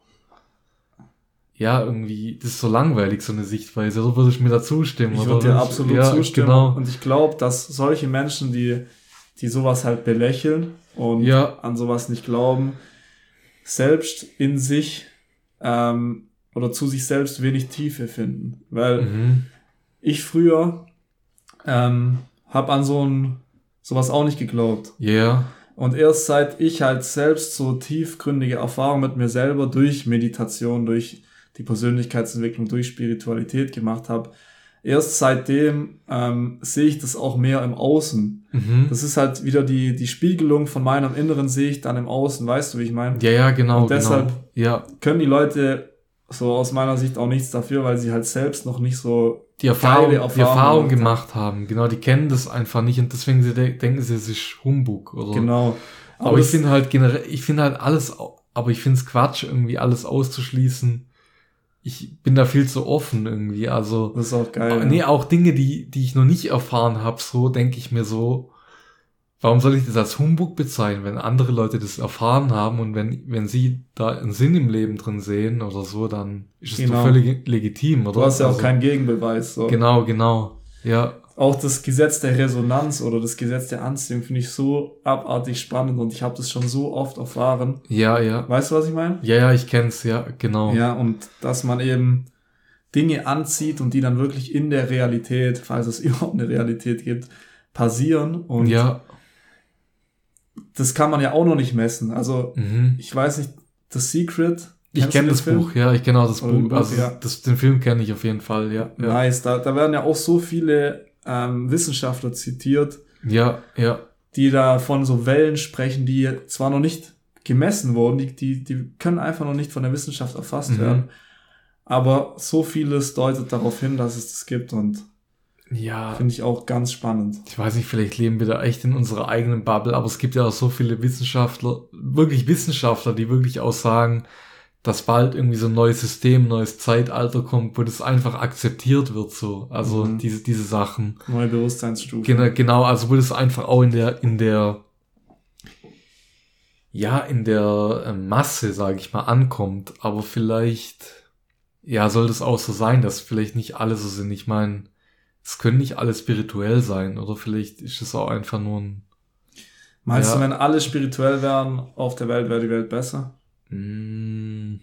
ja, irgendwie, das ist so langweilig, so eine Sichtweise. So würde ich mir da zustimmen. Ich oder? würde dir absolut ja, zustimmen. Genau. Und ich glaube, dass solche Menschen, die, die sowas halt belächeln und Ja. an sowas nicht glauben, selbst in sich ähm, oder zu sich selbst wenig Tiefe finden. Weil Mhm. ich früher ähm, habe an so ein sowas auch nicht geglaubt. Ja. Yeah. Und erst seit ich halt selbst so tiefgründige Erfahrungen mit mir selber durch Meditation, durch die Persönlichkeitsentwicklung, durch Spiritualität gemacht habe, erst seitdem ähm, sehe ich das auch mehr im Außen. Mhm. Das ist halt wieder die die Spiegelung von meinem Inneren, sehe ich dann im Außen, weißt du, wie ich meine? Ja, ja, genau. Und deshalb genau. Ja. können die Leute so aus meiner Sicht auch nichts dafür, weil sie halt selbst noch nicht so Die Erfahrung, geile die Erfahrungen Erfahrung gemacht gemacht haben. Genau, die kennen das einfach nicht und deswegen sie de- denken sie, es ist Humbug. Oder? Genau. Aber, Aber ich das- finde halt generell, ich finde halt alles, au- aber ich finde es Quatsch, irgendwie alles auszuschließen. Ich bin da viel zu offen irgendwie. Also, Das ist auch geil. aber ja. nee, auch Dinge, die, die ich noch nicht erfahren habe, so denke ich mir so, warum soll ich das als Humbug bezeichnen, wenn andere Leute das erfahren haben und wenn, wenn sie da einen Sinn im Leben drin sehen oder so, dann ist es Genau. doch völlig legitim, oder? Du hast ja auch Also, keinen Gegenbeweis. So. Genau, genau. Ja, Auch das Gesetz der Resonanz oder das Gesetz der Anziehung finde ich so abartig spannend und ich habe das schon so oft erfahren. ja, ja. Weißt du, was ich meine? Ja, ja, ich kenn's, ja, genau. Ja, und dass man eben Dinge anzieht und die dann wirklich in der Realität, falls es überhaupt eine Realität gibt, passieren. Und ja. das kann man ja auch noch nicht messen. Also, Mhm. ich weiß nicht, The Secret. Ich kennst du kenne den das Film? Buch, ja, ich kenne auch das Oder den Buch. Buch, Also ja. das, den Film kenne ich auf jeden Fall, ja. Ja, Nice, da, da werden ja auch so viele ähm, Wissenschaftler zitiert, ja, ja. die da von so Wellen sprechen, die zwar noch nicht gemessen wurden, die, die, die können einfach noch nicht von der Wissenschaft erfasst Mhm. werden, aber so vieles deutet darauf hin, dass es das gibt und Ja, finde ich auch ganz spannend. ich weiß nicht, vielleicht leben wir da echt in unserer eigenen Bubble, aber es gibt ja auch so viele Wissenschaftler, wirklich Wissenschaftler, die wirklich auch sagen, dass bald irgendwie so ein neues System, ein neues Zeitalter kommt, wo das einfach akzeptiert wird, so. Also Mhm. diese, diese Sachen. Neue Bewusstseinsstufe. Genau, genau, also wo das einfach auch in der, in der, ja, in der äh, Masse, sage ich mal, ankommt. Aber vielleicht, ja, soll das auch so sein, dass vielleicht nicht alle so sind. Ich meine, es können nicht alle spirituell sein, oder vielleicht ist es auch einfach nur ein, Meinst Ja. du, wenn alle spirituell wären auf der Welt, wäre die Welt besser? mm,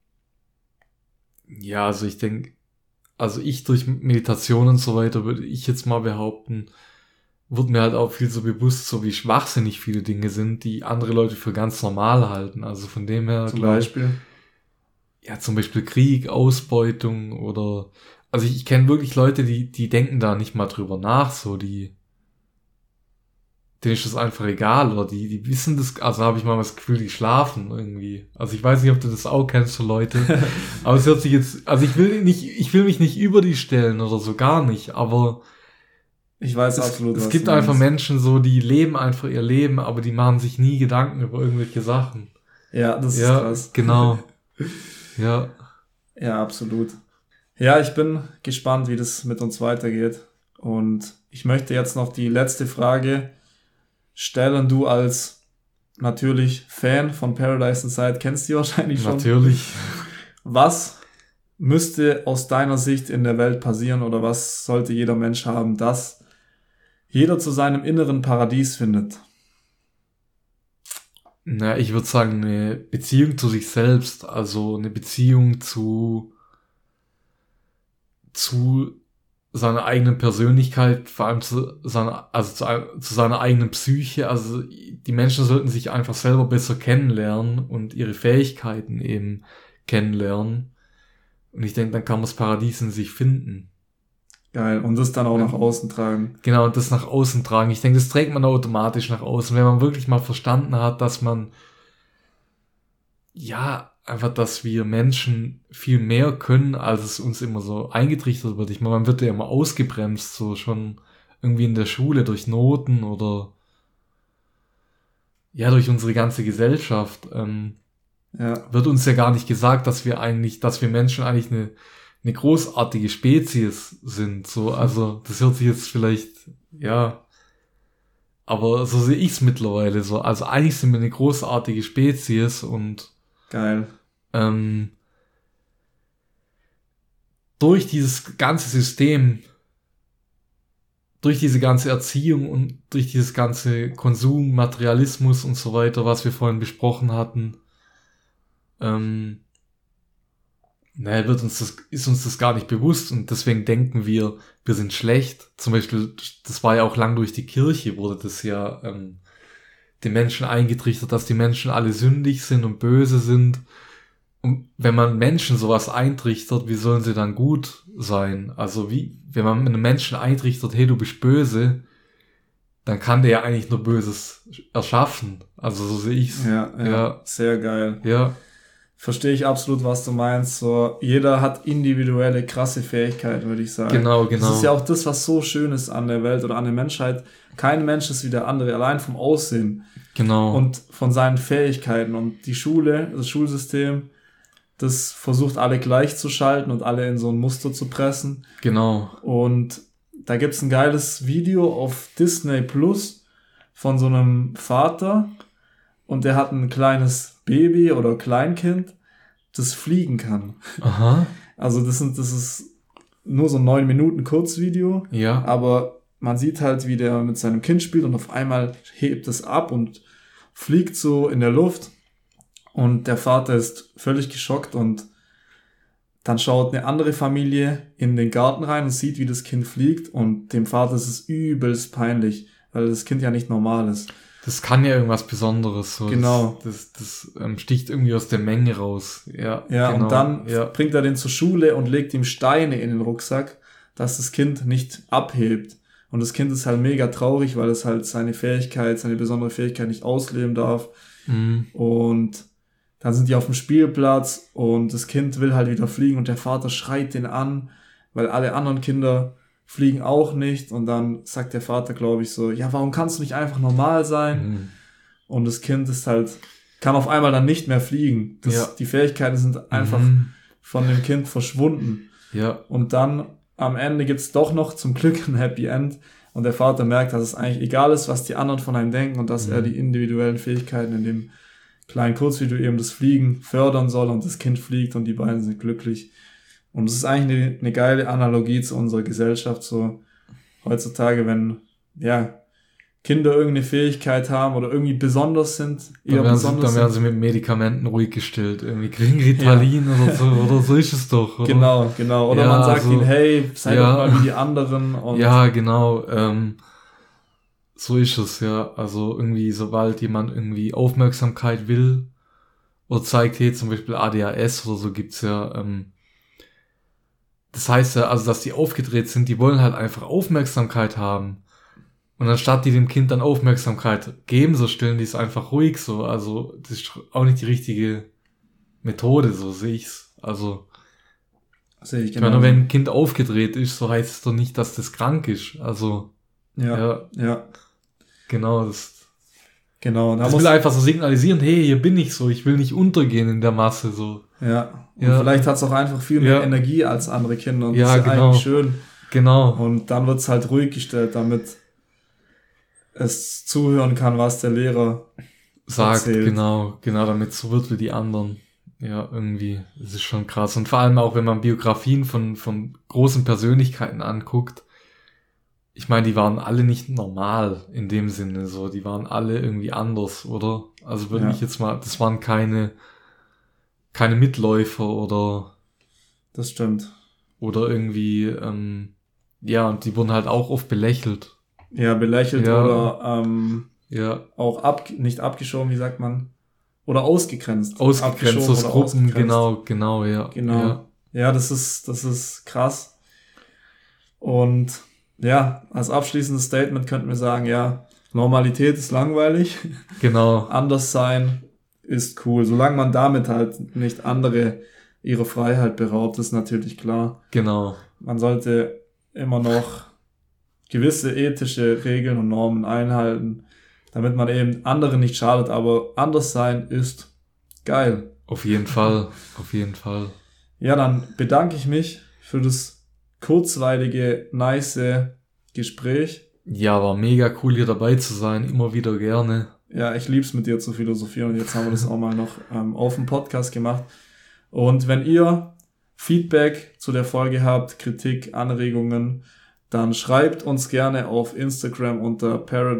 ja, also ich denke, also ich durch Meditation und so weiter würde ich jetzt mal behaupten, wird mir halt auch viel so bewusst, so wie schwachsinnig viele Dinge sind, die andere Leute für ganz normal halten. Also von dem her, Zum glaub ich, Beispiel. ja, zum Beispiel Krieg, Ausbeutung oder, also ich, ich kenne wirklich Leute, die, die denken da nicht mal drüber nach, so, die, denen ist das einfach egal, oder die, die wissen das, also habe ich mal das Gefühl, die schlafen irgendwie. Also ich weiß nicht, ob du das auch kennst, so Leute, aber es hört sich jetzt, also ich will nicht, ich will mich nicht über die stellen oder so, gar nicht, aber ich weiß es, absolut, es was gibt du einfach meinst. Menschen so, die leben einfach ihr Leben, aber die machen sich nie Gedanken über irgendwelche Sachen. Ja, das Ja, ist krass. genau. Ja. Ja, absolut. Ja, ich bin gespannt, wie das mit uns weitergeht. Und ich möchte jetzt noch die letzte Frage stellen. Du als natürlich Fan von Paradise Inside kennst die wahrscheinlich schon. Natürlich. Was müsste aus deiner Sicht in der Welt passieren oder was sollte jeder Mensch haben, dass jeder zu seinem inneren Paradies findet? Na, ich würde sagen, eine Beziehung zu sich selbst, also eine Beziehung zu, zu seiner eigenen Persönlichkeit, vor allem zu seiner, also zu, zu seiner eigenen Psyche. Also die Menschen sollten sich einfach selber besser kennenlernen und ihre Fähigkeiten eben kennenlernen. Und ich denke, dann kann man das Paradies in sich finden. Geil. Und das dann auch nach außen tragen. Genau, und das nach außen tragen. Ich denke, das trägt man automatisch nach außen, wenn man wirklich mal verstanden hat, dass man, ja, einfach, dass wir Menschen viel mehr können, als es uns immer so eingetrichtert wird. Ich meine, man wird ja immer ausgebremst, so schon irgendwie in der Schule durch Noten oder, ja, durch unsere ganze Gesellschaft. Ähm, ja. Wird uns ja gar nicht gesagt, dass wir eigentlich, dass wir Menschen eigentlich eine eine großartige Spezies sind, so, also, das hört sich jetzt vielleicht, ja, aber so sehe ich es mittlerweile so, also eigentlich sind wir eine großartige Spezies und, geil, ähm, durch dieses ganze System, durch diese ganze Erziehung und durch dieses ganze Konsum, Materialismus und so weiter, was wir vorhin besprochen hatten, ähm, naja, wird uns das, ist uns das gar nicht bewusst und deswegen denken wir, wir sind schlecht. Zum Beispiel, das war ja auch lang durch die Kirche, wurde das ja ähm, den Menschen eingetrichtert, dass die Menschen alle sündig sind und böse sind. Und wenn man Menschen sowas eintrichtert, wie sollen sie dann gut sein? Also wie, wenn man einem Menschen eintrichtert, hey, du bist böse, dann kann der ja eigentlich nur Böses erschaffen. Also so sehe ich's. Ja, ja, ja, sehr geil. Ja. Verstehe ich absolut, was du meinst. So, jeder hat individuelle, krasse Fähigkeiten, würde ich sagen. Genau, genau. Das ist ja auch das, was so schön ist an der Welt oder an der Menschheit. Kein Mensch ist wie der andere, allein vom Aussehen. Genau. Und von seinen Fähigkeiten. Und die Schule, das Schulsystem, das versucht alle gleichzuschalten und alle in so ein Muster zu pressen. Genau. Und da gibt's ein geiles Video auf Disney Plus von so einem Vater und der hat ein kleines Baby oder Kleinkind, das fliegen kann. Aha. Also das sind, das ist nur so ein neun Minuten Kurzvideo. Ja. Aber man sieht halt, wie der mit seinem Kind spielt und auf einmal hebt es ab und fliegt so in der Luft. Und der Vater ist völlig geschockt und dann schaut eine andere Familie in den Garten rein und sieht, wie das Kind fliegt und dem Vater ist es übelst peinlich, weil das Kind ja nicht normal ist. Das kann ja irgendwas Besonderes. So. Genau. Das, das, das ähm, sticht irgendwie aus der Menge raus. Ja, ja genau. Und dann ja. bringt er den zur Schule und legt ihm Steine in den Rucksack, dass das Kind nicht abhebt. Und das Kind ist halt mega traurig, weil es halt seine Fähigkeit, seine besondere Fähigkeit nicht ausleben darf. Mhm. Und dann sind die auf dem Spielplatz und das Kind will halt wieder fliegen und der Vater schreit den an, weil alle anderen Kinder fliegen auch nicht. Und dann sagt der Vater, glaube ich, so, ja, warum kannst du nicht einfach normal sein? Mhm. Und das Kind ist halt, kann auf einmal dann nicht mehr fliegen. Das, ja. Die Fähigkeiten sind einfach mhm. von dem Kind verschwunden. Ja. Und dann am Ende gibt's doch noch zum Glück ein Happy End. Und der Vater merkt, dass es eigentlich egal ist, was die anderen von einem denken und dass mhm. er die individuellen Fähigkeiten in dem kleinen Kurzvideo eben das Fliegen fördern soll und das Kind fliegt und die beiden sind glücklich. Und es ist eigentlich eine, eine geile Analogie zu unserer Gesellschaft, so heutzutage, wenn, ja, Kinder irgendeine Fähigkeit haben oder irgendwie besonders sind, eher dann werden besonders sie, dann werden sie mit Medikamenten ruhig gestellt, irgendwie kriegen Ritalin ja. oder so, oder so ist es doch, oder? Genau, genau. Oder ja, man sagt also, ihnen, hey, sei ja, doch mal wie die anderen. Und ja, genau, ähm, so ist es, ja. Also irgendwie, sobald jemand irgendwie Aufmerksamkeit will oder zeigt, hey, zum Beispiel A D H S oder so gibt's ja, ähm, das heißt ja, also, dass die aufgedreht sind, die wollen halt einfach Aufmerksamkeit haben. Und anstatt die dem Kind dann Aufmerksamkeit geben, so stellen die es einfach ruhig so. Also, das ist auch nicht die richtige Methode, so sehe ich's. Also, sehe ich ich genau. meine, wenn ein Kind aufgedreht ist, so heißt es doch nicht, dass das krank ist. Also, ja, ja, ja. genau, das, genau. Da das muss will einfach so signalisieren, hey, hier bin ich so, ich will nicht untergehen in der Masse, so. Ja, und Ja. vielleicht hat es auch einfach viel mehr Ja. Energie als andere Kinder und Ja, das ist ja genau. eigentlich schön. Genau, Und dann wird es halt ruhig gestellt, damit es zuhören kann, was der Lehrer sagt, erzählt. genau, genau, damit es so wird wie die anderen. Ja, irgendwie, das ist schon krass. Und vor allem auch, wenn man Biografien von, von großen Persönlichkeiten anguckt, ich meine, die waren alle nicht normal in dem Sinne, so, die waren alle irgendwie anders, oder? Also würde Ja. ich jetzt mal, das waren keine, keine Mitläufer oder, Das stimmt. oder irgendwie, ähm, ja, und die wurden halt auch oft belächelt. Ja, belächelt Ja. oder ähm, Ja, auch ab, nicht abgeschoben, wie sagt man? Oder ausgegrenzt. ausgegrenzt Abgeschoben aus oder Gruppen, ausgegrenzt. genau, genau, ja. Genau. Ja, Ja, das ist, das ist krass. Und ja, als abschließendes Statement könnten wir sagen, ja, Normalität ist langweilig, genau, anders sein ist cool. Solange man damit halt nicht andere ihre Freiheit beraubt, ist natürlich klar. genau. Man sollte immer noch gewisse ethische Regeln und Normen einhalten, damit man eben anderen nicht schadet, aber anders sein ist geil. Auf jeden Fall, auf jeden Fall. Ja, dann bedanke ich mich für das kurzweilige, nice Gespräch. Ja, war mega cool, hier dabei zu sein. Immer wieder gerne. Ja, ich lieb's mit dir zu philosophieren und jetzt haben wir das auch mal noch ähm, auf dem Podcast gemacht. Und wenn ihr Feedback zu der Folge habt, Kritik, Anregungen, dann schreibt uns gerne auf Instagram unter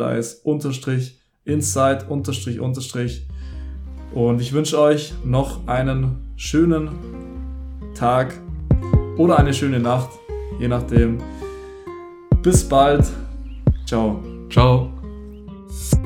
paradise-insight- und ich wünsche euch noch einen schönen Tag oder eine schöne Nacht, je nachdem. Bis bald. Ciao. Ciao.